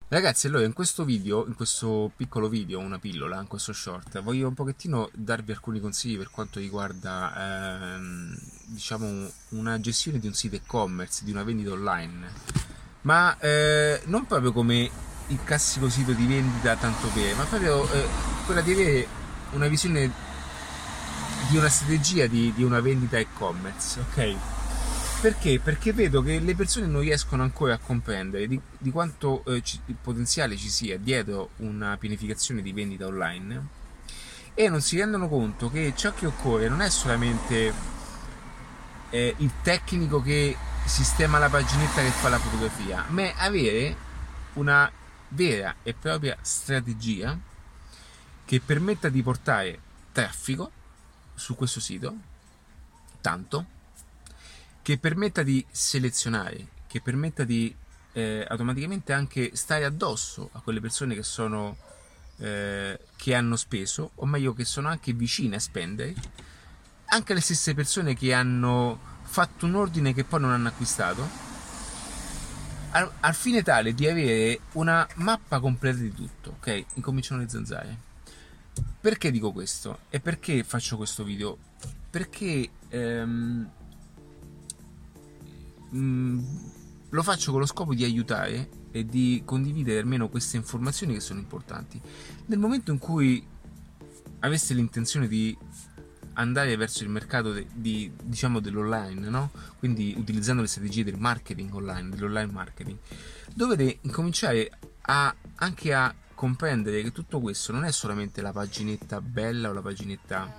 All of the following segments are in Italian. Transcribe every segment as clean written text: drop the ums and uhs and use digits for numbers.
Ragazzi, allora in questo video, in questo piccolo video, una pillola, in questo short, voglio un pochettino darvi alcuni consigli per quanto riguarda, diciamo, una gestione di un sito e-commerce, di una vendita online, ma non proprio come il classico sito di vendita tanto per, ma proprio quella di avere una visione di una strategia di una vendita e-commerce, ok? Perché? Perché vedo che le persone non riescono ancora a comprendere di quanto il potenziale ci sia dietro una pianificazione di vendita online e non si rendono conto che ciò che occorre non è solamente il tecnico che sistema la paginetta che fa la fotografia, ma è avere una vera e propria strategia che permetta di portare traffico su questo sito, tanto che permetta di selezionare, che permetta di automaticamente anche stare addosso a quelle persone che sono che hanno speso, o meglio che sono anche vicine a spendere, anche le stesse persone che hanno fatto un ordine che poi non hanno acquistato, al fine tale di avere una mappa completa di tutto. Ok, incominciano le zanzare. Perché dico questo? E perché faccio questo video? Perché mh, lo faccio con lo scopo di aiutare e di condividere almeno queste informazioni che sono importanti. Nel momento in cui aveste l'intenzione di andare verso il mercato diciamo dell'online, no? Quindi utilizzando le strategie del marketing online, dell'online marketing, dovete incominciare anche a comprendere che tutto questo non è solamente la paginetta bella o la paginetta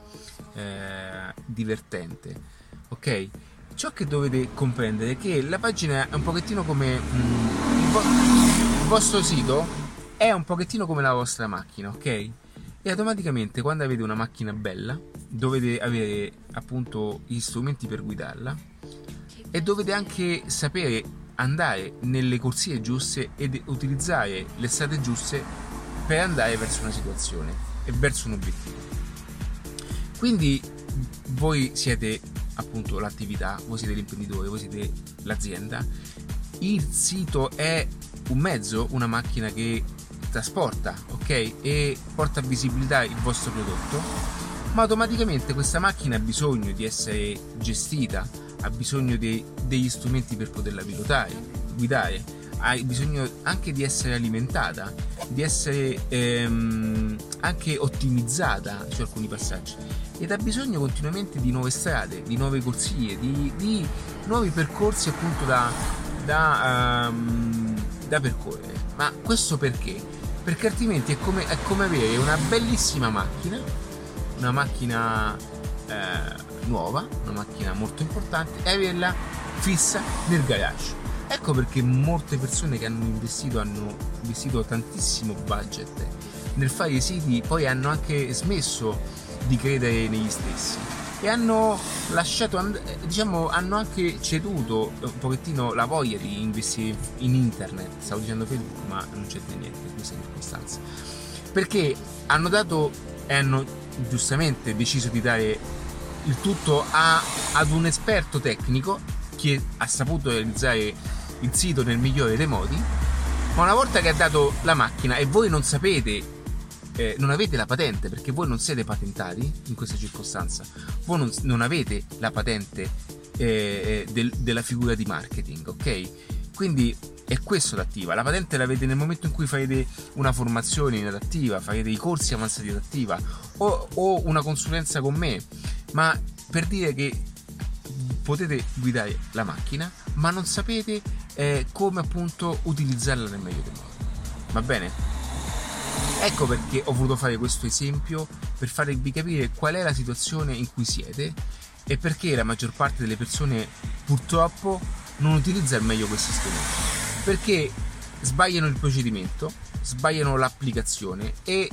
divertente, ok? Ciò che dovete comprendere è che la pagina è un pochettino come il vostro sito è un pochettino come la vostra macchina, ok? E automaticamente quando avete una macchina bella dovete avere appunto gli strumenti per guidarla e dovete anche sapere andare nelle corsie giuste ed utilizzare le strade giuste per andare verso una situazione e verso un obiettivo. Quindi voi siete appunto l'attività, voi siete l'imprenditore, voi siete l'azienda. Il sito è un mezzo, una macchina che trasporta, ok? E porta a visibilità il vostro prodotto, ma automaticamente questa macchina ha bisogno di essere gestita, ha bisogno degli strumenti per poterla guidare, ha bisogno anche di essere alimentata, di essere anche ottimizzata su alcuni passaggi ed ha bisogno continuamente di nuove strade, di nuove corsie, di nuovi percorsi appunto da percorrere. Ma questo perché? Perché altrimenti è come avere una bellissima macchina, una macchina nuova, una macchina molto importante, e averla fissa nel garage. Ecco perché molte persone che hanno investito tantissimo budget nel fare i siti poi hanno anche smesso di credere negli stessi e hanno lasciato, diciamo, hanno anche ceduto un pochettino la voglia di investire in internet. Stavo dicendo Facebook, ma non c'entra niente in questa circostanza, perché hanno dato e hanno giustamente deciso di dare il tutto ad un esperto tecnico che ha saputo realizzare il sito nel migliore dei modi, ma una volta che ha dato la macchina e voi non sapete, non avete la patente, perché voi non siete patentati in questa circostanza, voi non avete la patente della figura di marketing, ok? Quindi è questo l'adattiva. La patente l'avete nel momento in cui farete una formazione in adattiva, farete i corsi avanzati in adattiva o una consulenza con me, ma per dire che potete guidare la macchina ma non sapete come appunto utilizzarla nel meglio dei modi. Va bene? Ecco perché ho voluto fare questo esempio, per farvi capire qual è la situazione in cui siete e perché la maggior parte delle persone purtroppo non utilizza al meglio questi strumenti, perché sbagliano il procedimento, sbagliano l'applicazione e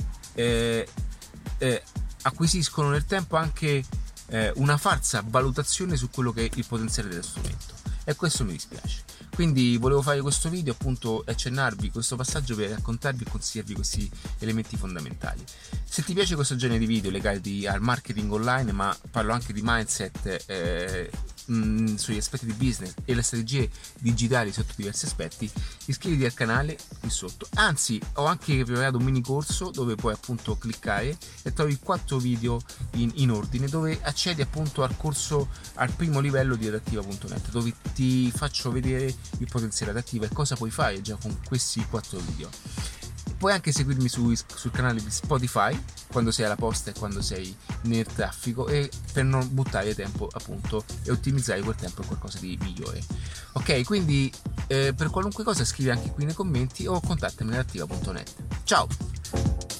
acquisiscono nel tempo anche una falsa valutazione su quello che è il potenziale dello strumento, e questo mi dispiace. Quindi volevo fare questo video appunto e accennarvi questo passaggio per raccontarvi e consigliarvi questi elementi fondamentali. Se ti piace questo genere di video legati al marketing online, ma parlo anche di mindset, sugli aspetti di business e le strategie digitali sotto diversi aspetti, iscriviti al canale qui sotto. Anzi, ho anche preparato un mini corso dove puoi appunto cliccare e trovi 4 video in ordine, dove accedi appunto al corso al primo livello di adattiva.net, dove ti faccio vedere il potenziale adattiva e cosa puoi fare già con questi 4 video. Puoi anche seguirmi sul canale di Spotify quando sei alla posta e quando sei nel traffico, e per non buttare tempo appunto e ottimizzare quel tempo in qualcosa di migliore. Ok, quindi per qualunque cosa scrivi anche qui nei commenti o contattami adattiva.net. Ciao!